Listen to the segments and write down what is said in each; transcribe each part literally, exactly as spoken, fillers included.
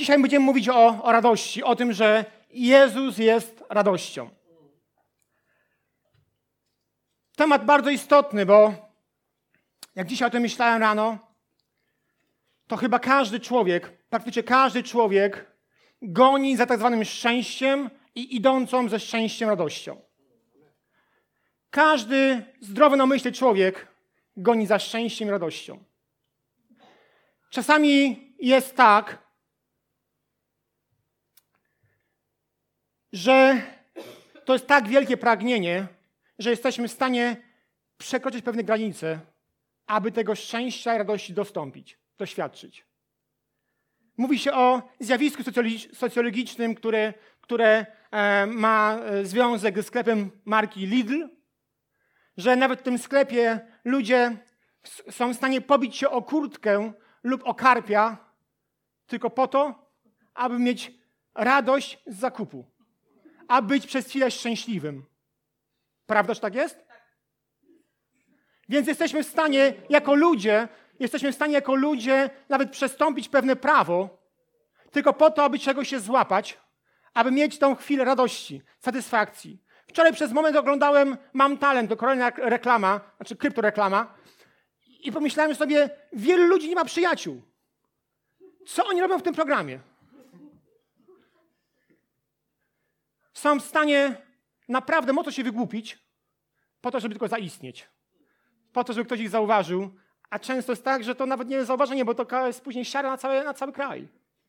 Dzisiaj będziemy mówić o, o radości, o tym, że Jezus jest radością. Temat bardzo istotny, bo jak dzisiaj o tym myślałem rano, to chyba każdy człowiek, praktycznie każdy człowiek goni za tak zwanym szczęściem i idącą ze szczęściem radością. Każdy zdrowy na myśli człowiek goni za szczęściem i radością. Czasami jest tak, że to jest tak wielkie pragnienie, że jesteśmy w stanie przekroczyć pewne granice, aby tego szczęścia i radości dostąpić, doświadczyć. Mówi się o zjawisku socjologicznym, które, które e, ma związek ze sklepem marki Lidl, że nawet w tym sklepie ludzie są w stanie pobić się o kurtkę lub o karpia tylko po to, aby mieć radość z zakupu, aby być przez chwilę szczęśliwym. Prawda, że tak jest? Więc jesteśmy w stanie jako ludzie, jesteśmy w stanie jako ludzie nawet przestąpić pewne prawo, tylko po to, aby czegoś się złapać, aby mieć tą chwilę radości, satysfakcji. Wczoraj przez moment oglądałem Mam Talent, to kolejna reklama, znaczy kryptoreklama, i pomyślałem sobie, wielu ludzi nie ma przyjaciół. Co oni robią w tym programie? Są w stanie naprawdę mocno się wygłupić po to, żeby tylko zaistnieć. Po to, żeby ktoś ich zauważył, a często jest tak, że to nawet nie jest zauważenie, bo to jest później siara na cały, na cały kraj.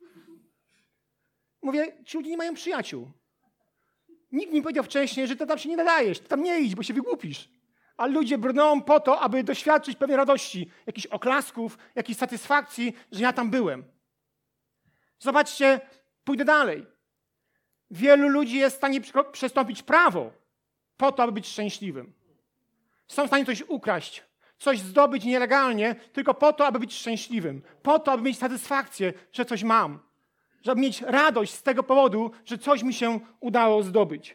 Mówię, ci ludzie nie mają przyjaciół. Nikt mi powiedział wcześniej, że ty tam się nie nadajesz, ty tam nie idź, bo się wygłupisz. A ludzie brną po to, aby doświadczyć pewnej radości, jakichś oklasków, jakiejś satysfakcji, że ja tam byłem. Zobaczcie, pójdę dalej. Wielu ludzi jest w stanie przestąpić prawo po to, aby być szczęśliwym. Są w stanie coś ukraść, coś zdobyć nielegalnie, tylko po to, aby być szczęśliwym. Po to, aby mieć satysfakcję, że coś mam. Żeby mieć radość z tego powodu, że coś mi się udało zdobyć.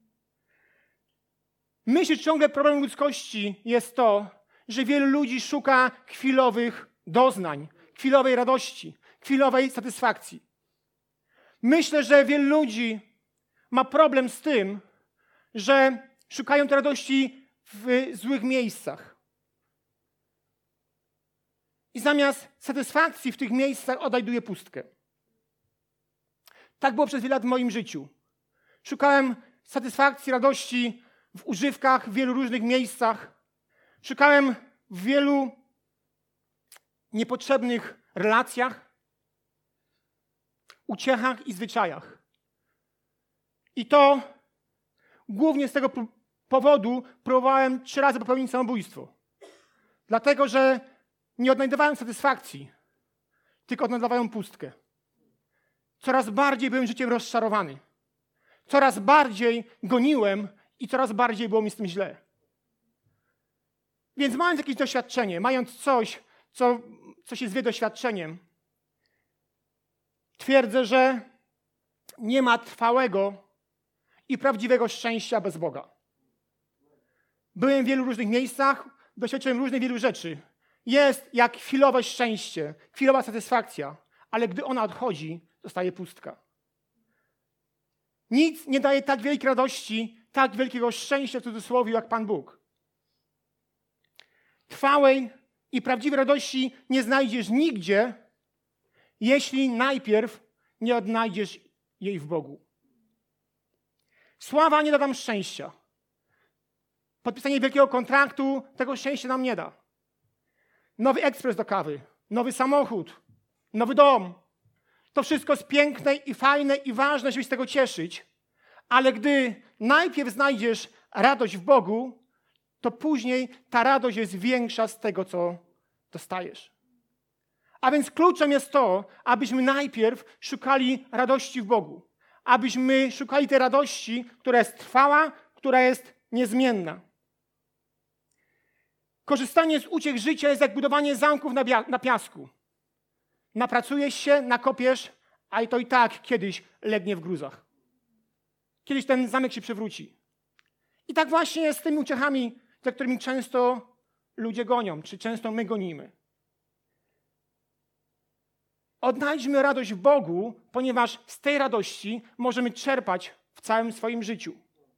Myślę, że ciągle problemem ludzkości jest to, że wielu ludzi szuka chwilowych doznań, chwilowej radości, chwilowej satysfakcji. Myślę, że wielu ludzi ma problem z tym, że szukają tej radości w złych miejscach. I zamiast satysfakcji w tych miejscach odnajduje pustkę. Tak było przez wiele lat w moim życiu. Szukałem satysfakcji, radości w używkach, w wielu różnych miejscach. Szukałem w wielu niepotrzebnych relacjach, uciechach i zwyczajach. I to głównie z tego powodu próbowałem trzy razy popełnić samobójstwo. Dlatego, że nie odnajdowałem satysfakcji, tylko odnajdowałem pustkę. Coraz bardziej byłem życiem rozczarowany. Coraz bardziej goniłem i coraz bardziej było mi z tym źle. Więc mając jakieś doświadczenie, mając coś, co, co się zwie doświadczeniem, twierdzę, że nie ma trwałego i prawdziwego szczęścia bez Boga. Byłem w wielu różnych miejscach, doświadczyłem różnych wielu rzeczy. Jest jak chwilowe szczęście, chwilowa satysfakcja, ale gdy ona odchodzi, zostaje pustka. Nic nie daje tak wielkiej radości, tak wielkiego szczęścia w cudzysłowie jak Pan Bóg. Trwałej i prawdziwej radości nie znajdziesz nigdzie, jeśli najpierw nie odnajdziesz jej w Bogu. Sława nie da nam szczęścia. Podpisanie wielkiego kontraktu tego szczęścia nam nie da. Nowy ekspres do kawy, nowy samochód, nowy dom. To wszystko jest piękne i fajne i ważne, żeby się z tego cieszyć. Ale gdy najpierw znajdziesz radość w Bogu, to później ta radość jest większa z tego, co dostajesz. A więc kluczem jest to, abyśmy najpierw szukali radości w Bogu. Abyśmy szukali tej radości, która jest trwała, która jest niezmienna. Korzystanie z uciech życia jest jak budowanie zamków na, bia- na piasku. Napracujesz się, nakopiesz, a to i tak kiedyś legnie w gruzach. Kiedyś ten zamek się przewróci. I tak właśnie jest z tymi uciechami, za którymi często ludzie gonią, czy często my gonimy. Odnajdźmy radość w Bogu, ponieważ z tej radości możemy czerpać w całym swoim życiu.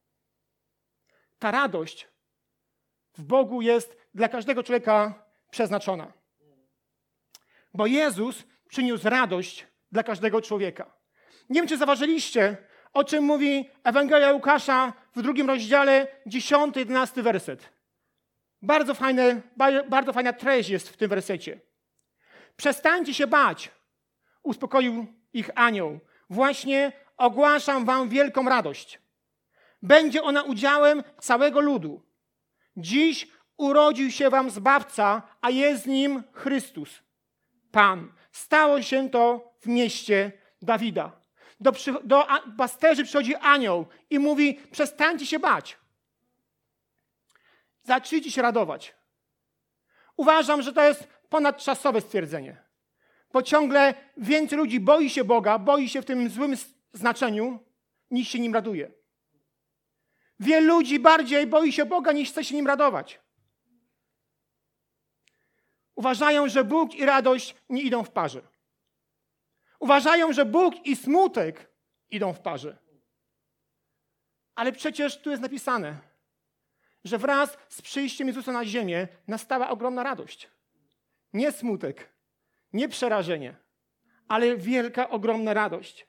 Ta radość w Bogu jest dla każdego człowieka przeznaczona. Bo Jezus przyniósł radość dla każdego człowieka. Nie wiem, czy zauważyliście, o czym mówi Ewangelia Łukasza w drugim rozdziale, dziesiąty, jedenasty werset. Bardzo, fajne, bardzo fajna treść jest w tym wersecie. Przestańcie się bać, uspokoił ich anioł. Właśnie ogłaszam wam wielką radość. Będzie ona udziałem całego ludu. Dziś urodził się wam Zbawca, a jest nim Chrystus, Pan. Stało się to w mieście Dawida. Do, do pasterzy przychodzi anioł i mówi: przestańcie się bać. Zacznijcie się radować. Uważam, że to jest ponadczasowe stwierdzenie. Bo ciągle więcej ludzi boi się Boga, boi się w tym złym znaczeniu, niż się nim raduje. Wielu ludzi bardziej boi się Boga, niż chce się nim radować. Uważają, że Bóg i radość nie idą w parze. Uważają, że Bóg i smutek idą w parze. Ale przecież tu jest napisane, że wraz z przyjściem Jezusa na ziemię nastała ogromna radość. Nie smutek, nie przerażenie, ale wielka, ogromna radość.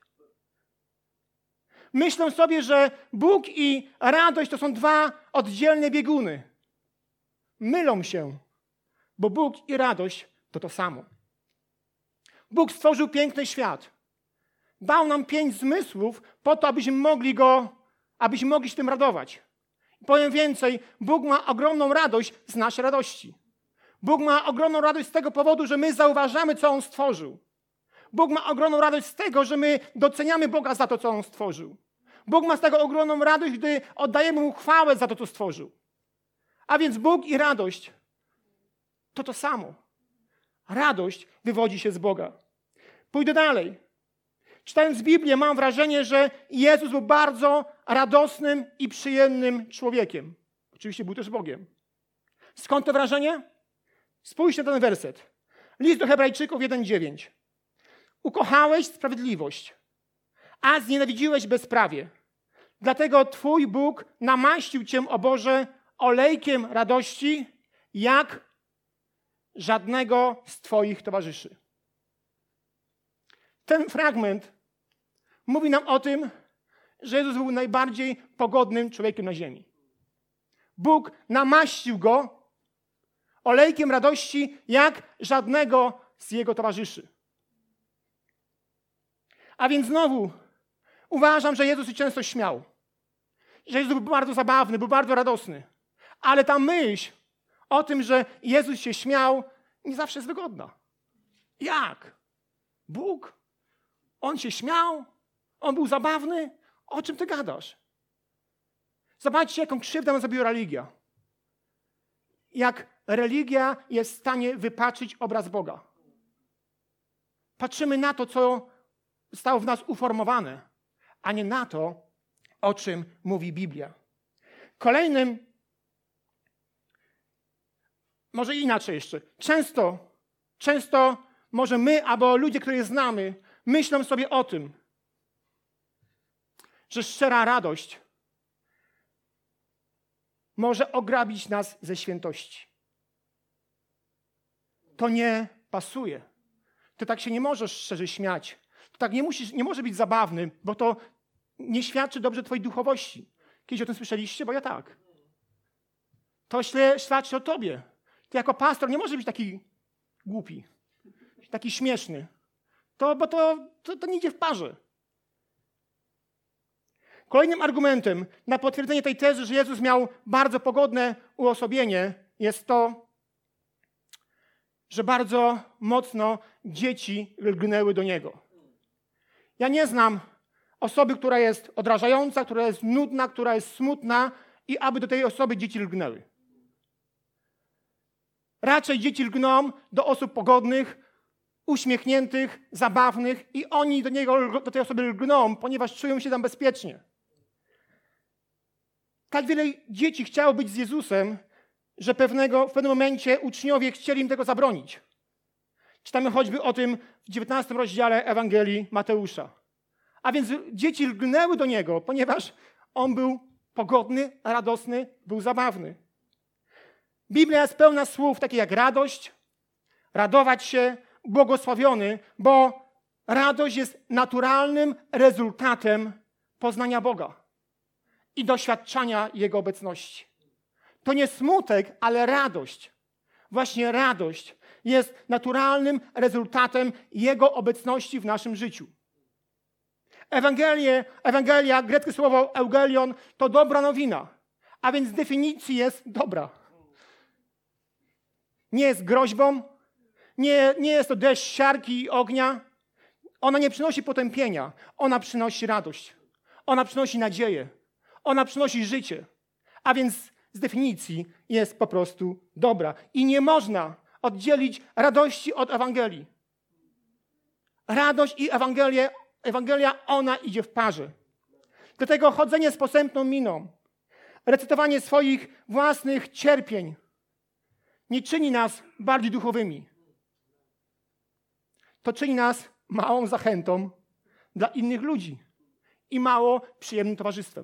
Myślą sobie, że Bóg i radość to są dwa oddzielne bieguny. Mylą się, bo Bóg i radość to to samo. Bóg stworzył piękny świat. Dał nam pięć zmysłów po to, abyśmy mogli go, abyśmy mogli się tym radować. I powiem więcej, Bóg ma ogromną radość z naszej radości. Bóg ma ogromną radość z tego powodu, że my zauważamy, co On stworzył. Bóg ma ogromną radość z tego, że my doceniamy Boga za to, co On stworzył. Bóg ma z tego ogromną radość, gdy oddajemy Mu chwałę za to, co stworzył. A więc Bóg i radość to to samo. Radość wywodzi się z Boga. Pójdę dalej. Czytając Biblię, mam wrażenie, że Jezus był bardzo radosnym i przyjemnym człowiekiem. Oczywiście był też Bogiem. Skąd to wrażenie? Spójrzcie na ten werset. List do Hebrajczyków jeden dziewięć. Ukochałeś sprawiedliwość, a znienawidziłeś bezprawie. Dlatego Twój Bóg namaścił Cię, o Boże, olejkiem radości, jak żadnego z Twoich towarzyszy. Ten fragment mówi nam o tym, że Jezus był najbardziej pogodnym człowiekiem na ziemi. Bóg namaścił Go olejkiem radości, jak żadnego z Jego towarzyszy. A więc znowu uważam, że Jezus się często śmiał. Że Jezus był bardzo zabawny, był bardzo radosny. Ale ta myśl o tym, że Jezus się śmiał, nie zawsze jest wygodna. Jak? Bóg? On się śmiał? On był zabawny? O czym ty gadasz? Zobaczcie, jaką krzywdę nam zrobiła religia. Jak religia jest w stanie wypaczyć obraz Boga. Patrzymy na to, co zostało w nas uformowane, a nie na to, o czym mówi Biblia. Kolejnym, może inaczej jeszcze, często, często może my, albo ludzie, których znamy, myślą sobie o tym, że szczera radość może ograbić nas ze świętości. To nie pasuje. Ty tak się nie możesz szczerze śmiać. To tak nie, musisz, nie może być zabawny, bo to nie świadczy dobrze twojej duchowości. Kiedyś o tym słyszeliście? Bo ja tak. To źle świadczy o tobie. Ty jako pastor nie możesz być taki głupi, taki śmieszny. To, bo to, to, to nie idzie w parze. Kolejnym argumentem na potwierdzenie tej tezy, że Jezus miał bardzo pogodne uosobienie, jest to, że bardzo mocno dzieci lgnęły do Niego. Ja nie znam osoby, która jest odrażająca, która jest nudna, która jest smutna i aby do tej osoby dzieci lgnęły. Raczej dzieci lgną do osób pogodnych, uśmiechniętych, zabawnych i oni do niego, do tej osoby lgną, ponieważ czują się tam bezpiecznie. Tak wiele dzieci chciało być z Jezusem, że pewnego, w pewnym momencie uczniowie chcieli im tego zabronić. Czytamy choćby o tym w dziewiętnastym rozdziale Ewangelii Mateusza. A więc dzieci lgnęły do Niego, ponieważ On był pogodny, radosny, był zabawny. Biblia jest pełna słów takich jak radość, radować się, błogosławiony, bo radość jest naturalnym rezultatem poznania Boga i doświadczania Jego obecności. To nie smutek, ale radość. Właśnie radość jest naturalnym rezultatem Jego obecności w naszym życiu. Ewangelie, Ewangelia, greckie słowo eugelion, to dobra nowina, a więc z definicji jest dobra. Nie jest groźbą, nie, nie jest to deszcz siarki i ognia. Ona nie przynosi potępienia, ona przynosi radość. Ona przynosi nadzieję, ona przynosi życie, a więc z definicji jest po prostu dobra. I nie można oddzielić radości od Ewangelii. Radość i Ewangelię, Ewangelia, ona idzie w parze. Dlatego chodzenie z posępną miną, recytowanie swoich własnych cierpień nie czyni nas bardziej duchowymi. To czyni nas małą zachętą dla innych ludzi i mało przyjemnym towarzystwem.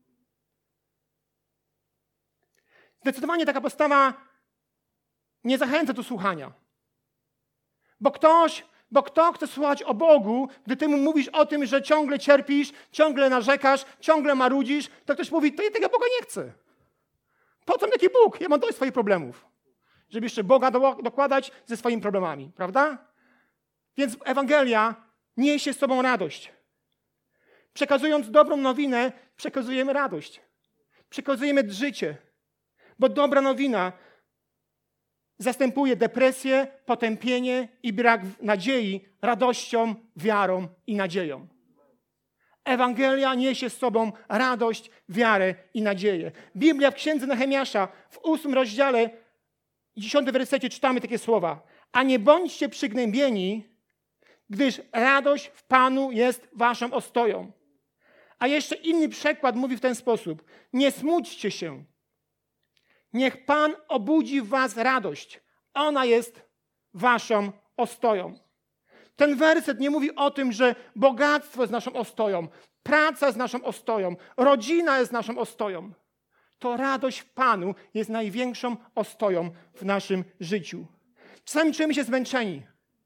Zdecydowanie taka postawa nie zachęca do słuchania. Bo ktoś, bo kto chce słuchać o Bogu, gdy ty mu mówisz o tym, że ciągle cierpisz, ciągle narzekasz, ciągle marudzisz, to ktoś mówi, to ja tego Boga nie chcę. Po co mi taki Bóg? Ja mam dość swoich problemów. Żeby jeszcze Boga do, dokładać ze swoimi problemami, prawda? Więc Ewangelia niesie z sobą radość. Przekazując dobrą nowinę, przekazujemy radość. Przekazujemy życie. Bo dobra nowina zastępuje depresję, potępienie i brak nadziei radością, wiarą i nadzieją. Ewangelia niesie z sobą radość, wiarę i nadzieję. Biblia w księdze Nehemiasza w ósmym rozdziale, dziesiątym wersecie czytamy takie słowa. A nie bądźcie przygnębieni, gdyż radość w Panu jest waszą ostoją. A jeszcze inny przekład mówi w ten sposób. Nie smućcie się. Niech Pan obudzi w was radość. Ona jest waszą ostoją. Ten werset nie mówi o tym, że bogactwo jest naszą ostoją, praca jest naszą ostoją, rodzina jest naszą ostoją. To radość w Panu jest największą ostoją w naszym życiu. Czasami czujemy się zmęczeni.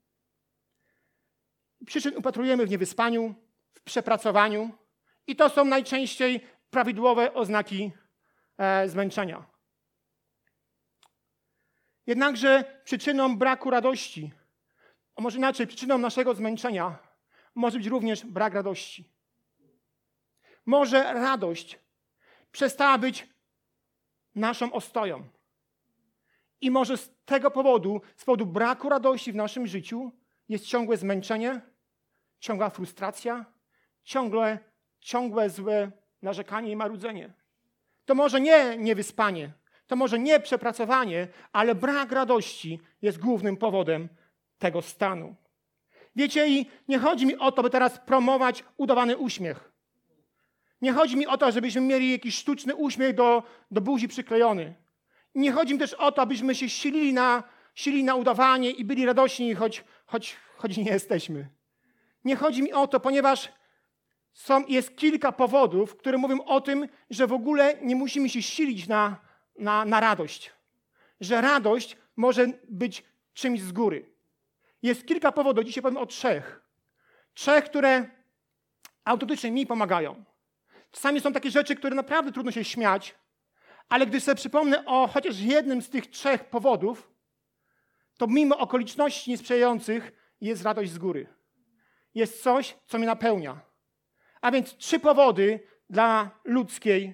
Przyczyn upatrujemy w niewyspaniu, w przepracowaniu i to są najczęściej prawidłowe oznaki e, zmęczenia. Jednakże przyczyną braku radości, a może inaczej, przyczyną naszego zmęczenia może być również brak radości. Może radość przestała być naszą ostoją. I może z tego powodu, z powodu braku radości w naszym życiu jest ciągłe zmęczenie, ciągła frustracja, ciągłe, ciągłe złe narzekanie i marudzenie. To może nie niewyspanie, to może nie przepracowanie, ale brak radości jest głównym powodem tego stanu. Wiecie, i nie chodzi mi o to, by teraz promować udawany uśmiech. Nie chodzi mi o to, żebyśmy mieli jakiś sztuczny uśmiech do, do buzi przyklejony. Nie chodzi mi też o to, abyśmy się silili na, silili na udawanie i byli radośni, choć, choć, choć nie jesteśmy. Nie chodzi mi o to, ponieważ są, jest kilka powodów, które mówią o tym, że w ogóle nie musimy się silić na, na, na radość. Że radość może być czymś z góry. Jest kilka powodów, dzisiaj powiem o trzech. Trzech, które autentycznie mi pomagają. Czasami są takie rzeczy, które naprawdę trudno się śmiać, ale gdy sobie przypomnę o chociaż jednym z tych trzech powodów, to mimo okoliczności niesprzyjających jest radość z góry. Jest coś, co mnie napełnia. A więc trzy powody dla ludzkiej,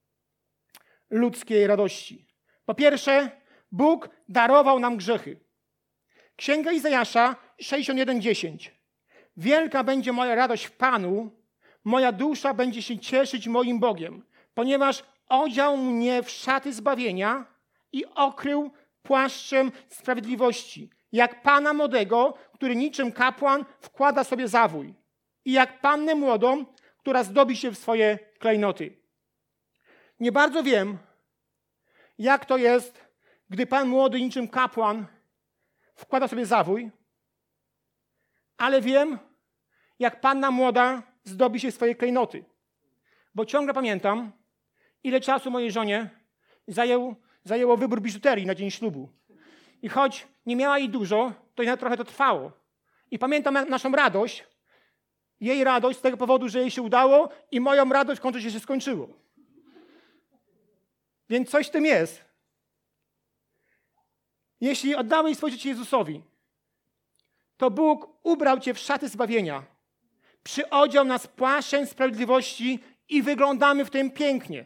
ludzkiej radości. Po pierwsze, Bóg darował nam grzechy. Księga Izajasza sześćdziesiąt jeden dziesięć. Wielka będzie moja radość w Panu, moja dusza będzie się cieszyć moim Bogiem, ponieważ odział mnie w szaty zbawienia i okrył płaszczem sprawiedliwości, jak Pana młodego, który niczym kapłan wkłada sobie zawój, i jak pannę młodą, która zdobi się w swoje klejnoty. Nie bardzo wiem, jak to jest, gdy pan młody niczym kapłan wkłada sobie zawój, ale wiem, jak panna młoda zdobi się swoje klejnoty. Bo ciągle pamiętam, ile czasu mojej żonie zajął, zajęło wybór biżuterii na dzień ślubu. I choć nie miała jej dużo, to jednak trochę to trwało. I pamiętam naszą radość, jej radość z tego powodu, że jej się udało i moją radość w końcu się skończyło. Więc coś w tym jest. Jeśli oddałeś swoje życie Jezusowi, to Bóg ubrał cię w szaty zbawienia, przyodział nas płaszczem sprawiedliwości i wyglądamy w tym pięknie.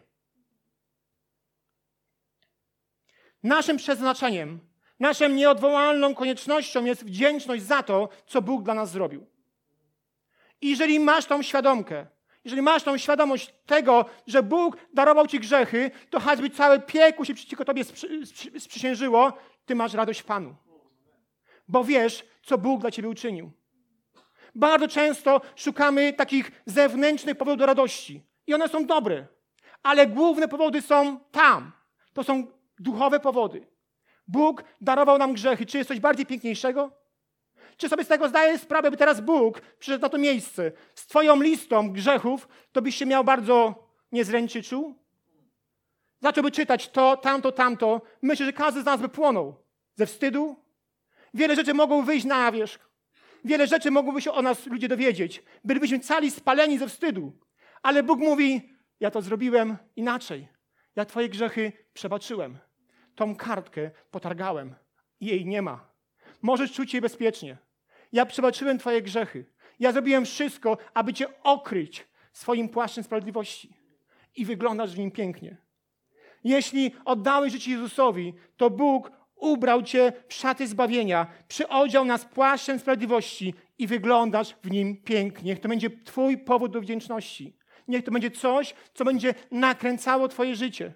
Naszym przeznaczeniem, naszą nieodwołalną koniecznością jest wdzięczność za to, co Bóg dla nas zrobił. I jeżeli masz tą świadomkę, jeżeli masz tą świadomość tego, że Bóg darował ci grzechy, to choćby całe piekło się przeciwko tobie sprzy, sprzy, sprzysiężyło, ty masz radość w Panu. Bo wiesz, co Bóg dla ciebie uczynił. Bardzo często szukamy takich zewnętrznych powodów do radości. I one są dobre. Ale główne powody są tam. To są duchowe powody. Bóg darował nam grzechy. Czy jest coś bardziej piękniejszego? Czy sobie z tego zdajesz sprawę, by teraz Bóg przyszedł na to miejsce z twoją listą grzechów, to byś się miał bardzo niezręcznie czuł? Zacząłby czytać to, tamto, tamto. Myślę, że każdy z nas by płonął ze wstydu. Wiele rzeczy mogą wyjść na wierzch. Wiele rzeczy mogłyby się o nas ludzie dowiedzieć. Bylibyśmy cali spaleni ze wstydu. Ale Bóg mówi, ja to zrobiłem inaczej. Ja twoje grzechy przebaczyłem. Tą kartkę potargałem i jej nie ma. Możesz czuć się bezpiecznie. Ja przebaczyłem twoje grzechy. Ja zrobiłem wszystko, aby cię okryć swoim płaszczem sprawiedliwości. I wyglądasz w nim pięknie. Jeśli oddałeś życie Jezusowi, to Bóg ubrał cię w szaty zbawienia, przyodział nas płaszczem sprawiedliwości i wyglądasz w nim pięknie. Niech to będzie twój powód do wdzięczności. Niech to będzie coś, co będzie nakręcało twoje życie.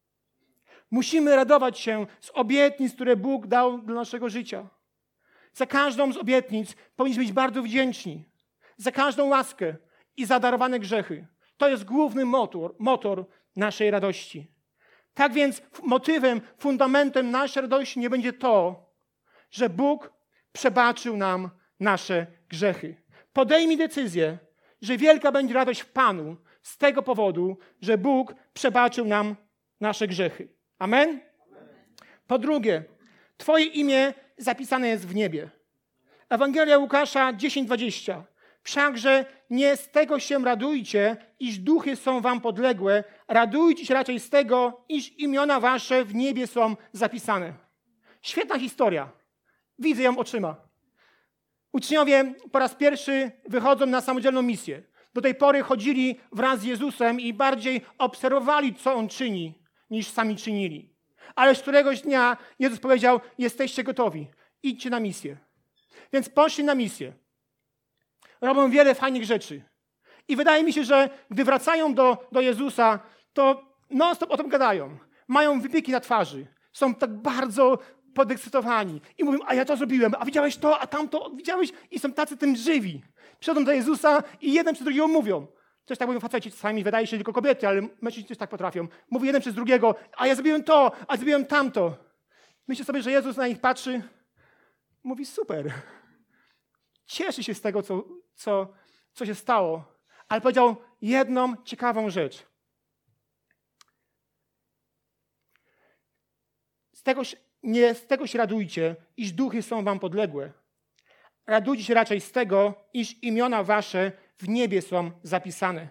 Musimy radować się z obietnic, które Bóg dał dla naszego życia. Za każdą z obietnic powinniśmy być bardzo wdzięczni. Za każdą łaskę i za darowane grzechy. To jest główny motor, motor naszej radości. Tak więc motywem, fundamentem naszej radości nie będzie to, że Bóg przebaczył nam nasze grzechy. Podejmij decyzję, że wielka będzie radość w Panu z tego powodu, że Bóg przebaczył nam nasze grzechy. Amen? Po drugie, twoje imię zapisane jest w niebie. Ewangelia Łukasza dziesięć dwadzieścia. Wszakże nie z tego się radujcie, iż duchy są wam podległe, radujcie się raczej z tego, iż imiona wasze w niebie są zapisane. Świetna historia. Widzę ją oczyma. Uczniowie po raz pierwszy wychodzą na samodzielną misję. Do tej pory chodzili wraz z Jezusem i bardziej obserwowali, co On czyni, niż sami czynili. Ale z któregoś dnia Jezus powiedział, jesteście gotowi, idźcie na misję. Więc poszli na misję. Robią wiele fajnych rzeczy. I wydaje mi się, że gdy wracają do, do Jezusa, to non-stop o tym gadają. Mają wypieki na twarzy. Są tak bardzo podekscytowani. I mówią, a ja to zrobiłem, a widziałeś to, a tamto, widziałeś? I są tacy tym żywi. Przychodzą do Jezusa i jeden przez drugiego mówią. Coś tak mówią faceci czasami, wydaje się tylko kobiety, ale mężczyźni też tak potrafią. Mówi jeden przez drugiego, a ja zrobiłem to, a zrobiłem tamto. Myślę sobie, że Jezus na nich patrzy, mówi super. Cieszy się z tego, co, co, co się stało. Ale powiedział jedną ciekawą rzecz. Z tego, nie z tego się radujcie, iż duchy są wam podległe. Radujcie się raczej z tego, iż imiona wasze w niebie są zapisane.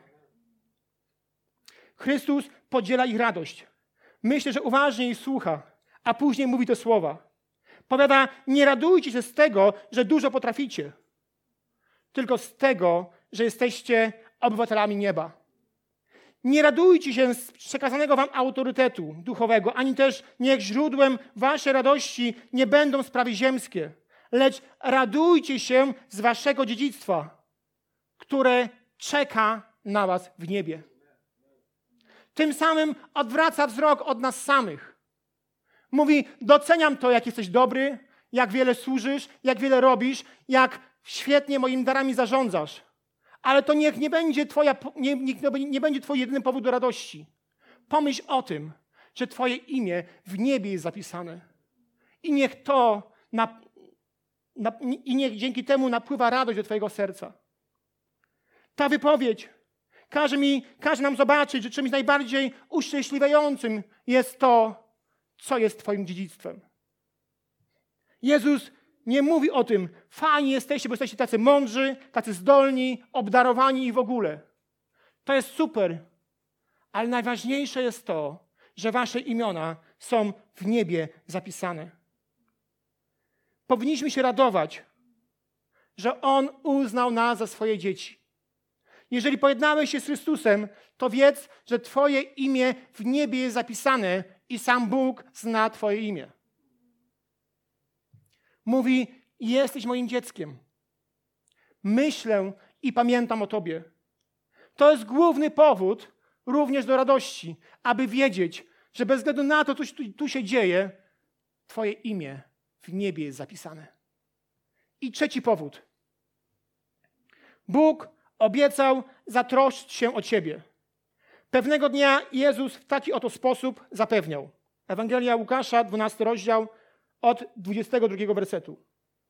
Chrystus podziela ich radość. Myślę, że uważnie ich słucha, a później mówi te słowa. Powiada, nie radujcie się z tego, że dużo potraficie, tylko z tego, że jesteście obywatelami nieba. Nie radujcie się z przekazanego wam autorytetu duchowego, ani też niech źródłem waszej radości nie będą sprawy ziemskie, lecz radujcie się z waszego dziedzictwa, które czeka na was w niebie. Tym samym odwraca wzrok od nas samych. Mówi, doceniam to, jak jesteś dobry, jak wiele służysz, jak wiele robisz, jak świetnie moimi darami zarządzasz. Ale to niech nie będzie twoja, nie, niech nie będzie twój jedyny powód do radości. Pomyśl o tym, że twoje imię w niebie jest zapisane. I niech to na, i niech dzięki temu napływa radość do twojego serca. Ta wypowiedź każe, mi, każe nam zobaczyć, że czymś najbardziej uszczęśliwiającym jest to, co jest twoim dziedzictwem. Jezus nie mówi o tym, fajni jesteście, bo jesteście tacy mądrzy, tacy zdolni, obdarowani i w ogóle. To jest super, ale najważniejsze jest to, że wasze imiona są w niebie zapisane. Powinniśmy się radować, że On uznał nas za swoje dzieci. Jeżeli pojednałeś się z Chrystusem, to wiedz, że twoje imię w niebie jest zapisane i sam Bóg zna twoje imię. Mówi, jesteś moim dzieckiem. Myślę i pamiętam o tobie. To jest główny powód również do radości, aby wiedzieć, że bez względu na to, co tu, tu się dzieje, twoje imię w niebie jest zapisane. I trzeci powód. Bóg obiecał zatroszczyć się o ciebie. Pewnego dnia Jezus w taki oto sposób zapewniał. Ewangelia Łukasza, dwunasty rozdział, od dwudziestego drugiego wersetu.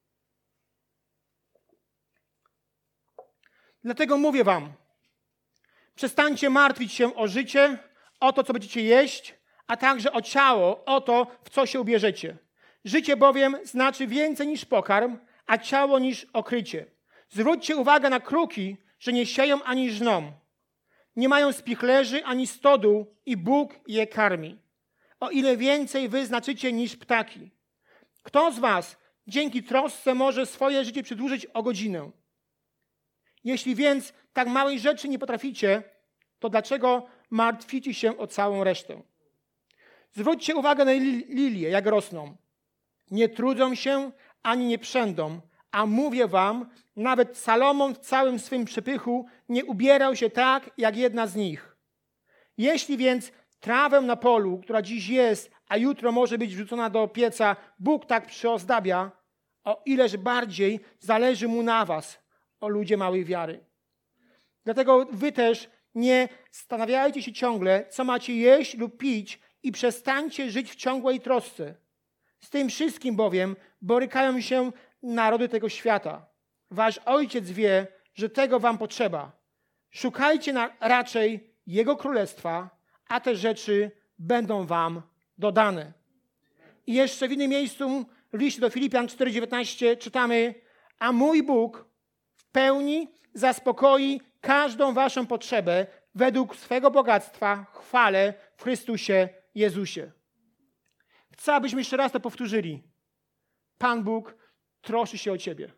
Dlatego mówię wam, przestańcie martwić się o życie, o to, co będziecie jeść, a także o ciało, o to, w co się ubierzecie. Życie bowiem znaczy więcej niż pokarm, a ciało niż okrycie. Zwróćcie uwagę na kruki, że nie sieją ani żną. Nie mają spichlerzy ani stodół i Bóg je karmi. O ile więcej wy znaczycie niż ptaki. Kto z was dzięki trosce może swoje życie przedłużyć o godzinę? Jeśli więc tak małej rzeczy nie potraficie, to dlaczego martwicie się o całą resztę? Zwróćcie uwagę na lilie, jak rosną. Nie trudzą się, ani nie przędą, a mówię wam, nawet Salomon w całym swym przepychu nie ubierał się tak, jak jedna z nich. Jeśli więc trawę na polu, która dziś jest, a jutro może być wrzucona do pieca, Bóg tak przyozdabia, o ileż bardziej zależy Mu na was, o ludzie małej wiary. Dlatego wy też nie zastanawiajcie się ciągle, co macie jeść lub pić i przestańcie żyć w ciągłej trosce. Z tym wszystkim bowiem borykają się narody tego świata. Wasz Ojciec wie, że tego wam potrzeba. Szukajcie na, raczej Jego Królestwa, a te rzeczy będą wam dodane. I jeszcze w innym miejscu w liście do Filipian cztery dziewiętnaście czytamy: a mój Bóg w pełni zaspokoi każdą waszą potrzebę według swego bogactwa w chwale w Chrystusie Jezusie. Chcę, abyśmy jeszcze raz to powtórzyli. Pan Bóg troszczy się o ciebie.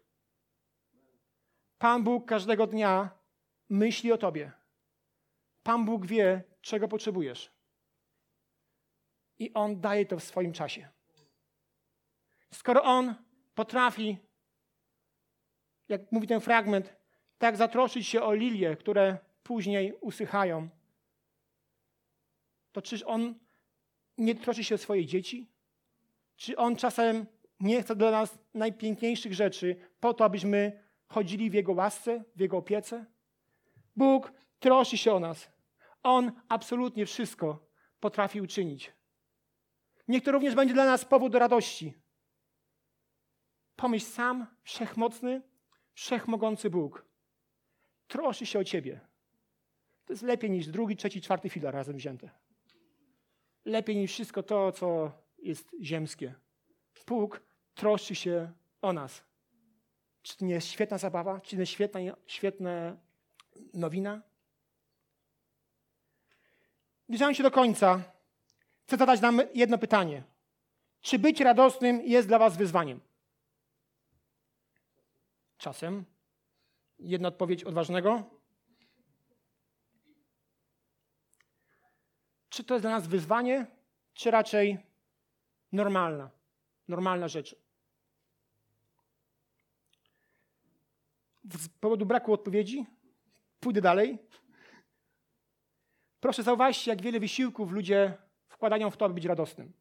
Pan Bóg każdego dnia myśli o tobie. Pan Bóg wie, czego potrzebujesz. I On daje to w swoim czasie. Skoro On potrafi, jak mówi ten fragment, tak zatroszczyć się o lilie, które później usychają, to czyż On nie troszczy się o swoje dzieci? Czy On czasem nie chce dla nas najpiękniejszych rzeczy po to, abyśmy chodzili w Jego łasce, w Jego opiece? Bóg troszczy się o nas. On absolutnie wszystko potrafi uczynić. Niech to również będzie dla nas powód do radości. Pomyśl sam, wszechmocny, wszechmogący Bóg troszczy się o ciebie. To jest lepiej niż drugi, trzeci, czwarty filar razem wzięte. Lepiej niż wszystko to, co jest ziemskie. Bóg troszczy się o nas. Czy to nie jest świetna zabawa? Czy to nie jest świetna, świetna nowina? Zbliżając się do końca, chcę zadać nam jedno pytanie. Czy być radosnym jest dla was wyzwaniem? Czasem. Jedna odpowiedź odważnego. Czy to jest dla nas wyzwanie, czy raczej normalna, normalna rzecz? Z powodu braku odpowiedzi pójdę dalej. Proszę zauważcie, jak wiele wysiłków ludzie wkładają w to, aby być radosnym.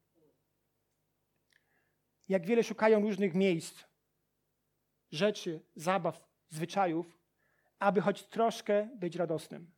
Jak wiele szukają różnych miejsc, rzeczy, zabaw, zwyczajów, aby choć troszkę być radosnym.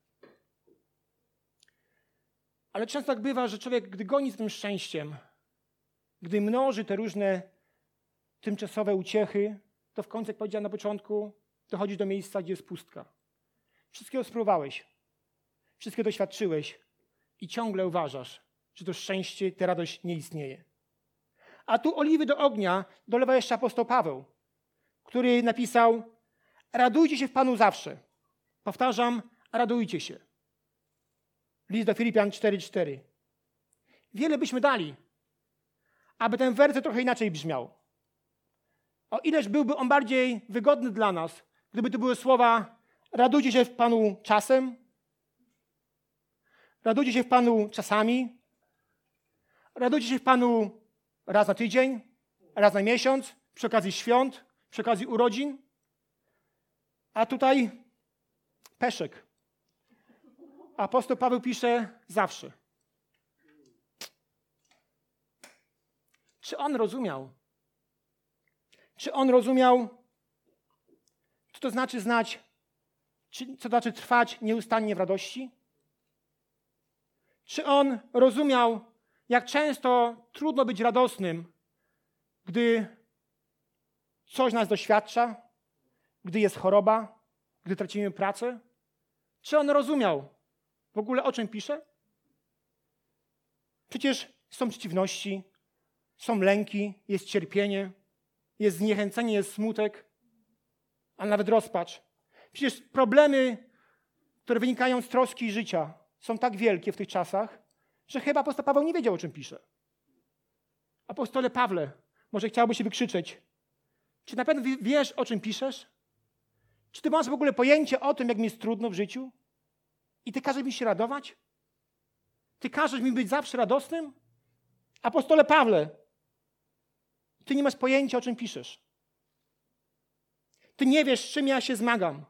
Ale często tak bywa, że człowiek, gdy goni za tym szczęściem, gdy mnoży te różne tymczasowe uciechy, to w końcu, jak powiedziałem na początku, dochodzisz do miejsca, gdzie jest pustka. Wszystkiego spróbowałeś, wszystkiego doświadczyłeś i ciągle uważasz, że to szczęście, ta radość nie istnieje. A tu oliwy do ognia dolewa jeszcze apostoł Paweł, który napisał: radujcie się w Panu zawsze. Powtarzam, radujcie się. List do Filipian cztery cztery. Wiele byśmy dali, aby ten werset trochę inaczej brzmiał. O ileż byłby on bardziej wygodny dla nas, gdyby to były słowa: radujcie się w Panu czasem, radujcie się w Panu czasami, radujcie się w Panu raz na tydzień, raz na miesiąc, przy okazji świąt, przy okazji urodzin. A tutaj peszek. Apostoł Paweł pisze zawsze. Czy on rozumiał? Czy on rozumiał, co to znaczy znać, czy, co to znaczy trwać nieustannie w radości? Czy on rozumiał, jak często trudno być radosnym, gdy coś nas doświadcza, gdy jest choroba, gdy tracimy pracę? Czy on rozumiał w ogóle, o czym pisze? Przecież są przeciwności, są lęki, jest cierpienie, jest zniechęcenie, jest smutek, a nawet rozpacz. Przecież problemy, które wynikają z troski życia, są tak wielkie w tych czasach, że chyba apostoł Paweł nie wiedział, o czym pisze. Apostole Pawle, może chciałbyś się wykrzyczeć: czy na pewno wiesz, o czym piszesz? Czy ty masz w ogóle pojęcie o tym, jak mi jest trudno w życiu? I ty każesz mi się radować? Ty każesz mi być zawsze radosnym? Apostole Pawle, ty nie masz pojęcia, o czym piszesz. Ty nie wiesz, z czym ja się zmagam.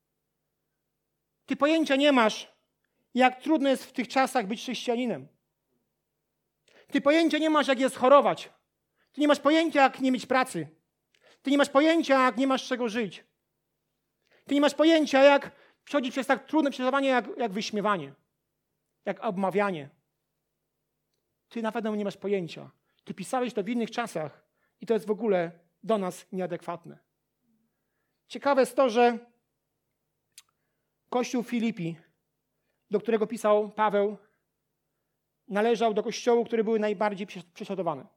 Ty pojęcia nie masz, jak trudno jest w tych czasach być chrześcijaninem. Ty pojęcia nie masz, jak jest chorować. Ty nie masz pojęcia, jak nie mieć pracy. Ty nie masz pojęcia, jak nie masz z czego żyć. Ty nie masz pojęcia, jak przechodzić przez tak trudne przeżywanie, jak, jak wyśmiewanie, jak obmawianie. Ty na pewno nie masz pojęcia. Ty pisałeś to w innych czasach i to jest w ogóle do nas nieadekwatne. Ciekawe jest to, że Kościół Filipi, do którego pisał Paweł, należał do kościołów, które były najbardziej prześladowane.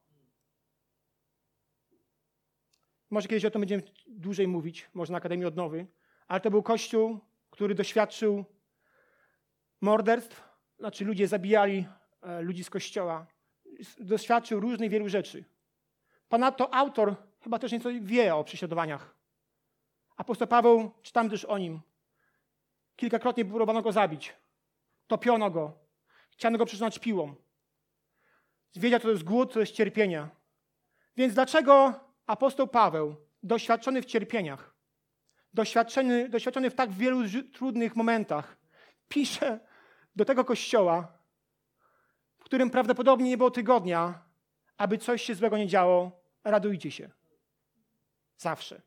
Może kiedyś o tym będziemy dłużej mówić, może na Akademii Odnowy, ale to był kościół, który doświadczył morderstw, znaczy ludzie zabijali e, ludzi z kościoła, doświadczył różnych wielu rzeczy. Ponadto autor chyba też nieco wie o prześladowaniach. Apostoł Paweł, czytam też o nim. Kilkakrotnie próbowano go zabić. Topiono go. Chciano go przetrzymać piłą. Wiedział, co to jest głód, co to jest cierpienie. Więc dlaczego apostoł Paweł, doświadczony w cierpieniach, doświadczony, doświadczony w tak wielu trudnych momentach, pisze do tego kościoła, w którym prawdopodobnie nie było tygodnia, aby coś się złego nie działo, radujcie się. Zawsze.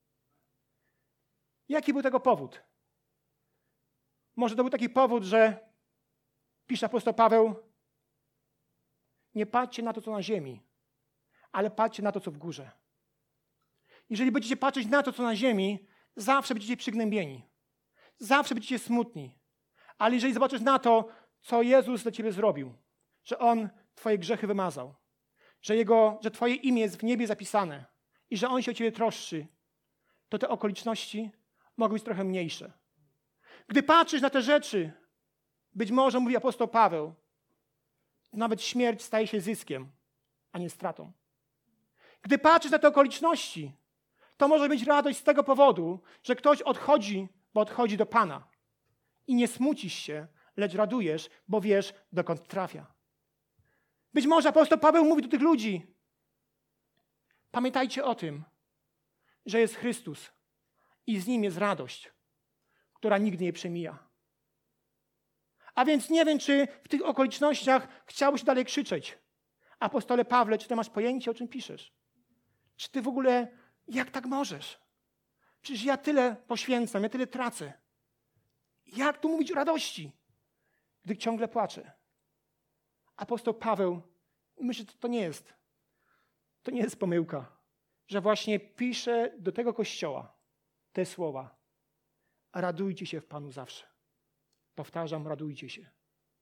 Jaki był tego powód? Może to był taki powód, że pisze apostoł Paweł: nie patrzcie na to, co na ziemi, ale patrzcie na to, co w górze. Jeżeli będziecie patrzeć na to, co na ziemi, zawsze będziecie przygnębieni. Zawsze będziecie smutni. Ale jeżeli zobaczysz na to, co Jezus dla ciebie zrobił, że On twoje grzechy wymazał, że, Jego, że twoje imię jest w niebie zapisane i że On się o ciebie troszczy, to te okoliczności mogą być trochę mniejsze. Gdy patrzysz na te rzeczy, być może, mówi apostoł Paweł, nawet śmierć staje się zyskiem, a nie stratą. Gdy patrzysz na te okoliczności, to może być radość z tego powodu, że ktoś odchodzi, bo odchodzi do Pana. I nie smucisz się, lecz radujesz, bo wiesz, dokąd trafia. Być może apostoł Paweł mówi do tych ludzi: pamiętajcie o tym, że jest Chrystus i z Nim jest radość, która nigdy nie przemija. A więc nie wiem, czy w tych okolicznościach chciałbyś dalej krzyczeć: apostole Pawle, czy ty masz pojęcie, o czym piszesz? Czy ty w ogóle, jak tak możesz? Przecież ja tyle poświęcam, ja tyle tracę. Jak tu mówić o radości, gdy ciągle płaczę? Apostoł Paweł, myślę, że to nie jest, to nie jest pomyłka. że właśnie pisze do tego Kościoła te słowa. Radujcie się w Panu zawsze. Powtarzam, radujcie się.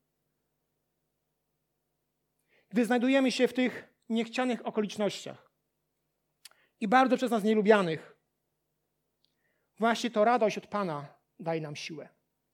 Gdy znajdujemy się w tych niechcianych okolicznościach i bardzo przez nas nielubianych, właśnie to radość od Pana daje nam siłę.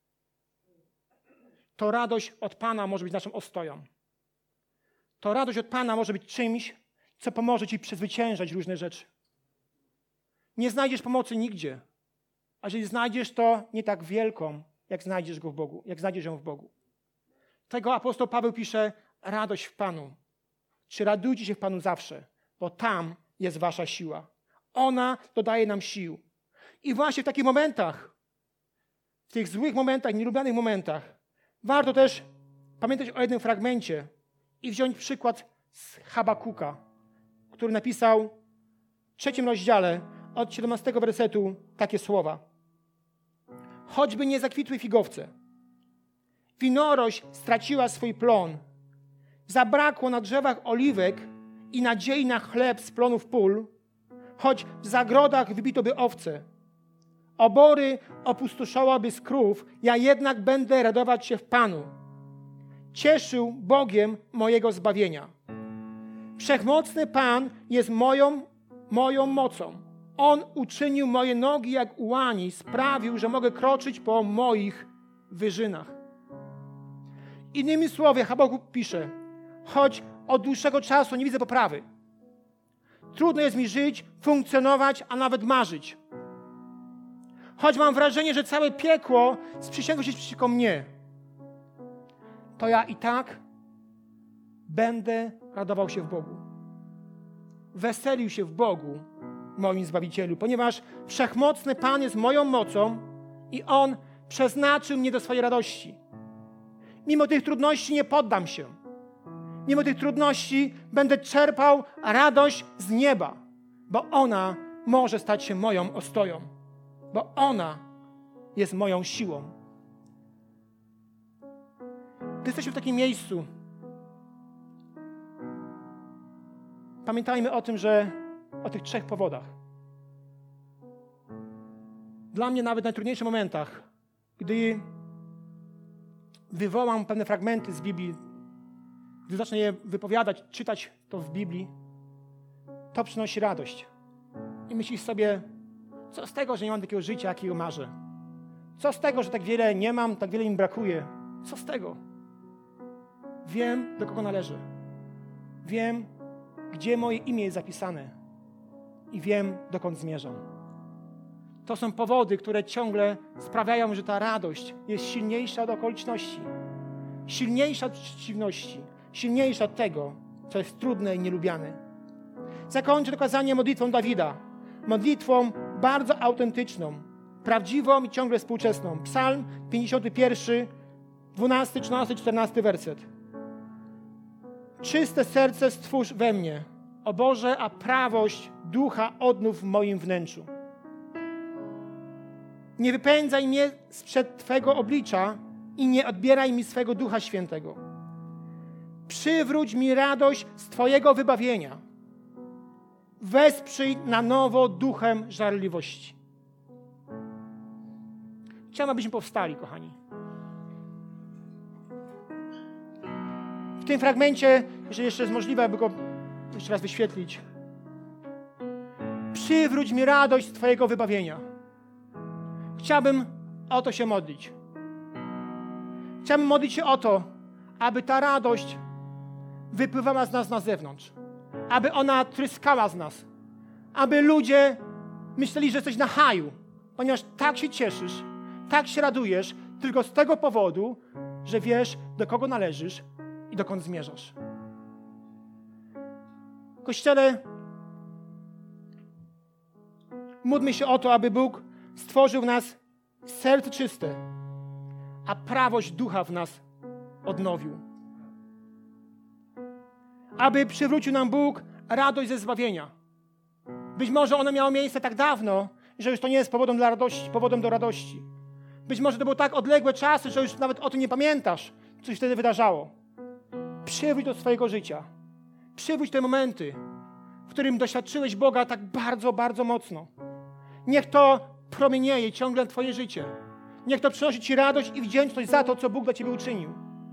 To radość od Pana może być naszą ostoją. To radość od Pana może być czymś, co pomoże Ci przezwyciężać różne rzeczy. Nie znajdziesz pomocy nigdzie, a jeżeli znajdziesz, to nie tak wielką, jak znajdziesz go w Bogu, jak znajdziesz ją w Bogu. Tego apostoł Paweł pisze, radość w Panu. Czy radujcie się w Panu zawsze, bo tam jest wasza siła. Ona dodaje nam sił. I właśnie w takich momentach, w tych złych momentach, nielubianych momentach, warto też pamiętać o jednym fragmencie i wziąć przykład z Habakuka, który napisał w trzecim rozdziale od siedemnastego wersetu takie słowa. Choćby nie zakwitły figowce, winorość straciła swój plon, zabrakło na drzewach oliwek i nadziei na chleb z plonów pól, choć w zagrodach wybito by owce, obory opustoszałaby z krów, ja jednak będę radować się w Panu, cieszył Bogiem mojego zbawienia. Wszechmocny Pan jest moją, moją mocą. On uczynił moje nogi jak u łani, sprawił, że mogę kroczyć po moich wyżynach. Innymi słowy, Habakuk pisze, choć od dłuższego czasu nie widzę poprawy. Trudno jest mi żyć, funkcjonować, a nawet marzyć. Choć mam wrażenie, że całe piekło sprzysięgło się przeciwko mnie, to ja i tak będę radował się w Bogu. Weselił się w Bogu, moim Zbawicielu, ponieważ Wszechmocny Pan jest moją mocą i On przeznaczył mnie do swojej radości. Mimo tych trudności nie poddam się. Mimo tych trudności będę czerpał radość z nieba, bo ona może stać się moją ostoją, bo ona jest moją siłą. Gdy jesteśmy w takim miejscu, pamiętajmy o tym, że o tych trzech powodach. Dla mnie nawet w najtrudniejszych momentach, gdy wywołam pewne fragmenty z Biblii, gdy zacznę je wypowiadać, czytać to w Biblii, to przynosi radość. I myślisz sobie, co z tego, że nie mam takiego życia, jakiego marzę? Co z tego, że tak wiele nie mam, tak wiele mi brakuje? Co z tego? Wiem, do kogo należę. Wiem, gdzie moje imię jest zapisane. I wiem, dokąd zmierzam. To są powody, które ciągle sprawiają, że ta radość jest silniejsza od okoliczności. Silniejsza od przeciwności. Silniejsza od tego, co jest trudne i nielubiane. Zakończę to kazanie modlitwą Dawida. Modlitwą bardzo autentyczną, prawdziwą i ciągle współczesną. Psalm pięćdziesiąty pierwszy, dwunasty, trzynasty, czternasty werset. Czyste serce stwórz we mnie, o Boże, a prawość ducha odnów w moim wnętrzu. Nie wypędzaj mnie sprzed Twego oblicza i nie odbieraj mi swego Ducha Świętego. Przywróć mi radość z Twojego wybawienia. Wesprzyj na nowo duchem żarliwości. Chciałem, abyśmy powstali, kochani. W tym fragmencie, jeżeli jeszcze jest możliwe, aby go jeszcze raz wyświetlić. Przywróć mi radość z Twojego wybawienia. Chciałbym o to się modlić. Chciałbym modlić się o to, aby ta radość wypływała z nas na zewnątrz. Aby ona tryskała z nas. Aby ludzie myśleli, że jesteś na haju, ponieważ tak się cieszysz, tak się radujesz, tylko z tego powodu, że wiesz, do kogo należysz i dokąd zmierzasz. Kościele, módlmy się o to, aby Bóg stworzył w nas serce czyste, a prawość ducha w nas odnowił. Aby przywrócił nam Bóg radość ze zbawienia. Być może ono miało miejsce tak dawno, że już to nie jest powodem dla radości, powodem do radości. Być może to były tak odległe czasy, że już nawet o tym nie pamiętasz, co się wtedy wydarzało. Przywróć do swojego życia. Przywróć te momenty, w którym doświadczyłeś Boga tak bardzo, bardzo mocno. Niech to promienieje ciągle Twoje życie. Niech to przynosi Ci radość i wdzięczność za to, co Bóg dla Ciebie uczynił.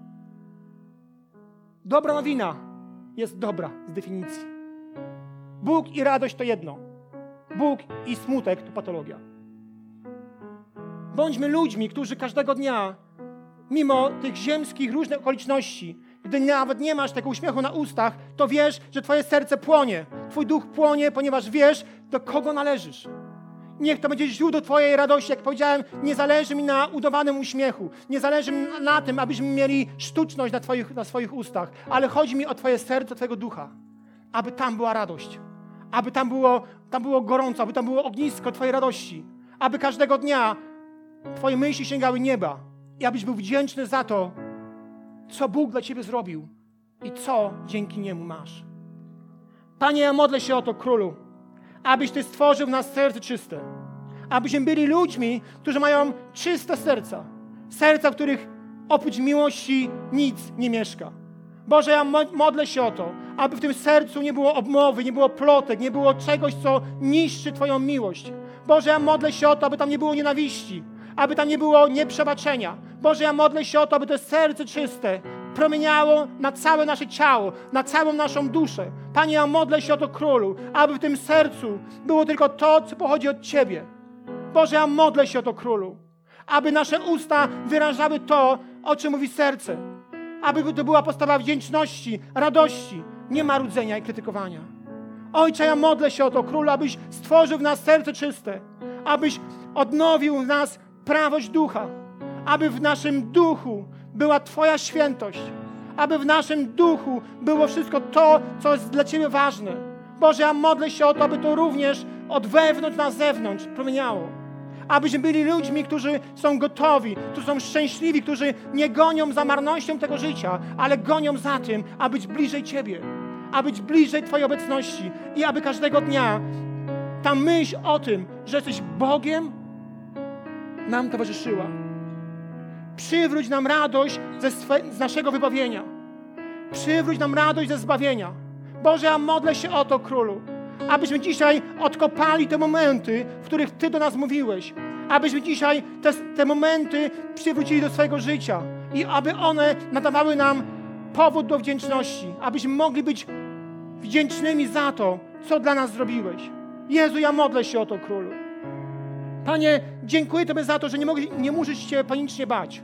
Dobra nowina jest dobra z definicji. Bóg i radość to jedno. Bóg i smutek to patologia. Bądźmy ludźmi, którzy każdego dnia, mimo tych ziemskich różnych okoliczności, gdy nawet nie masz tego uśmiechu na ustach, to wiesz, że Twoje serce płonie. Twój duch płonie, ponieważ wiesz, do kogo należysz. Niech to będzie źródło Twojej radości. Jak powiedziałem, nie zależy mi na udawanym uśmiechu. Nie zależy mi na tym, abyśmy mieli sztuczność na, twoich, na swoich ustach. Ale chodzi mi o Twoje serce, Twojego ducha. Aby tam była radość. Aby tam było, tam było gorąco, aby tam było ognisko Twojej radości. Aby każdego dnia Twoje myśli sięgały nieba. I abyś był wdzięczny za to, co Bóg dla Ciebie zrobił i co dzięki Niemu masz. Panie, ja modlę się o to, Królu, abyś Ty stworzył w nas serce czyste. Abyśmy byli ludźmi, którzy mają czyste serca. Serca, w których oprócz miłości nic nie mieszka. Boże, ja modlę się o to, aby w tym sercu nie było obmowy, nie było plotek, nie było czegoś, co niszczy Twoją miłość. Boże, ja modlę się o to, aby tam nie było nienawiści, aby tam nie było nieprzebaczenia. Boże, ja modlę się o to, aby to serce czyste promieniało na całe nasze ciało, na całą naszą duszę. Panie, ja modlę się o to, Królu, aby w tym sercu było tylko to, co pochodzi od Ciebie. Boże, ja modlę się o to, Królu, aby nasze usta wyrażały to, o czym mówi serce. Aby to była postawa wdzięczności, radości, nie marudzenia i krytykowania. Ojcze, ja modlę się o to, Królu, abyś stworzył w nas serce czyste, abyś odnowił w nas prawość ducha, aby w naszym duchu była Twoja świętość, aby w naszym duchu było wszystko to, co jest dla Ciebie ważne. Boże, ja modlę się o to, aby to również od wewnątrz na zewnątrz promieniało. Abyśmy byli ludźmi, którzy są gotowi, którzy są szczęśliwi, którzy nie gonią za marnością tego życia, ale gonią za tym, aby być bliżej Ciebie, aby być bliżej Twojej obecności i aby każdego dnia ta myśl o tym, że jesteś Bogiem, nam towarzyszyła. Przywróć nam radość ze swe, z naszego wybawienia. Przywróć nam radość ze zbawienia. Boże, ja modlę się o to, Królu, abyśmy dzisiaj odkopali te momenty, w których Ty do nas mówiłeś. Abyśmy dzisiaj te, te momenty przywrócili do swojego życia i aby one nadawały nam powód do wdzięczności. Abyśmy mogli być wdzięcznymi za to, co dla nas zrobiłeś. Jezu, ja modlę się o to, Królu. Panie, dziękuję Tobie za to, że nie, mogę, nie muszę się Ciebie panicznie bać.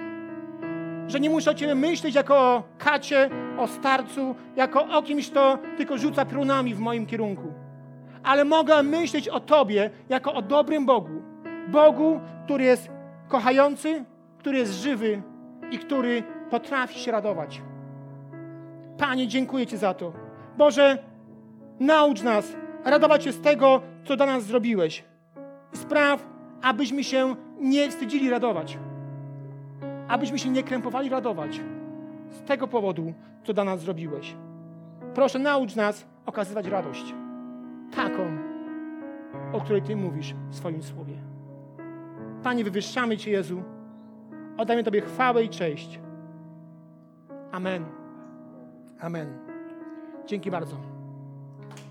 Że nie muszę o Ciebie myśleć jako o kacie, o starcu, jako o kimś, kto tylko rzuca piorunami w moim kierunku. Ale mogę myśleć o Tobie jako o dobrym Bogu. Bogu, który jest kochający, który jest żywy i który potrafi się radować. Panie, dziękuję Ci za to. Boże, naucz nas radować się z tego, co dla nas zrobiłeś. Spraw, abyśmy się nie wstydzili radować. Abyśmy się nie krępowali radować z tego powodu, co dla nas zrobiłeś. Proszę, naucz nas okazywać radość. Taką, o której Ty mówisz w swoim słowie. Panie, wywyższamy Cię, Jezu. Oddajmy Tobie chwałę i cześć. Amen. Amen. Dzięki bardzo.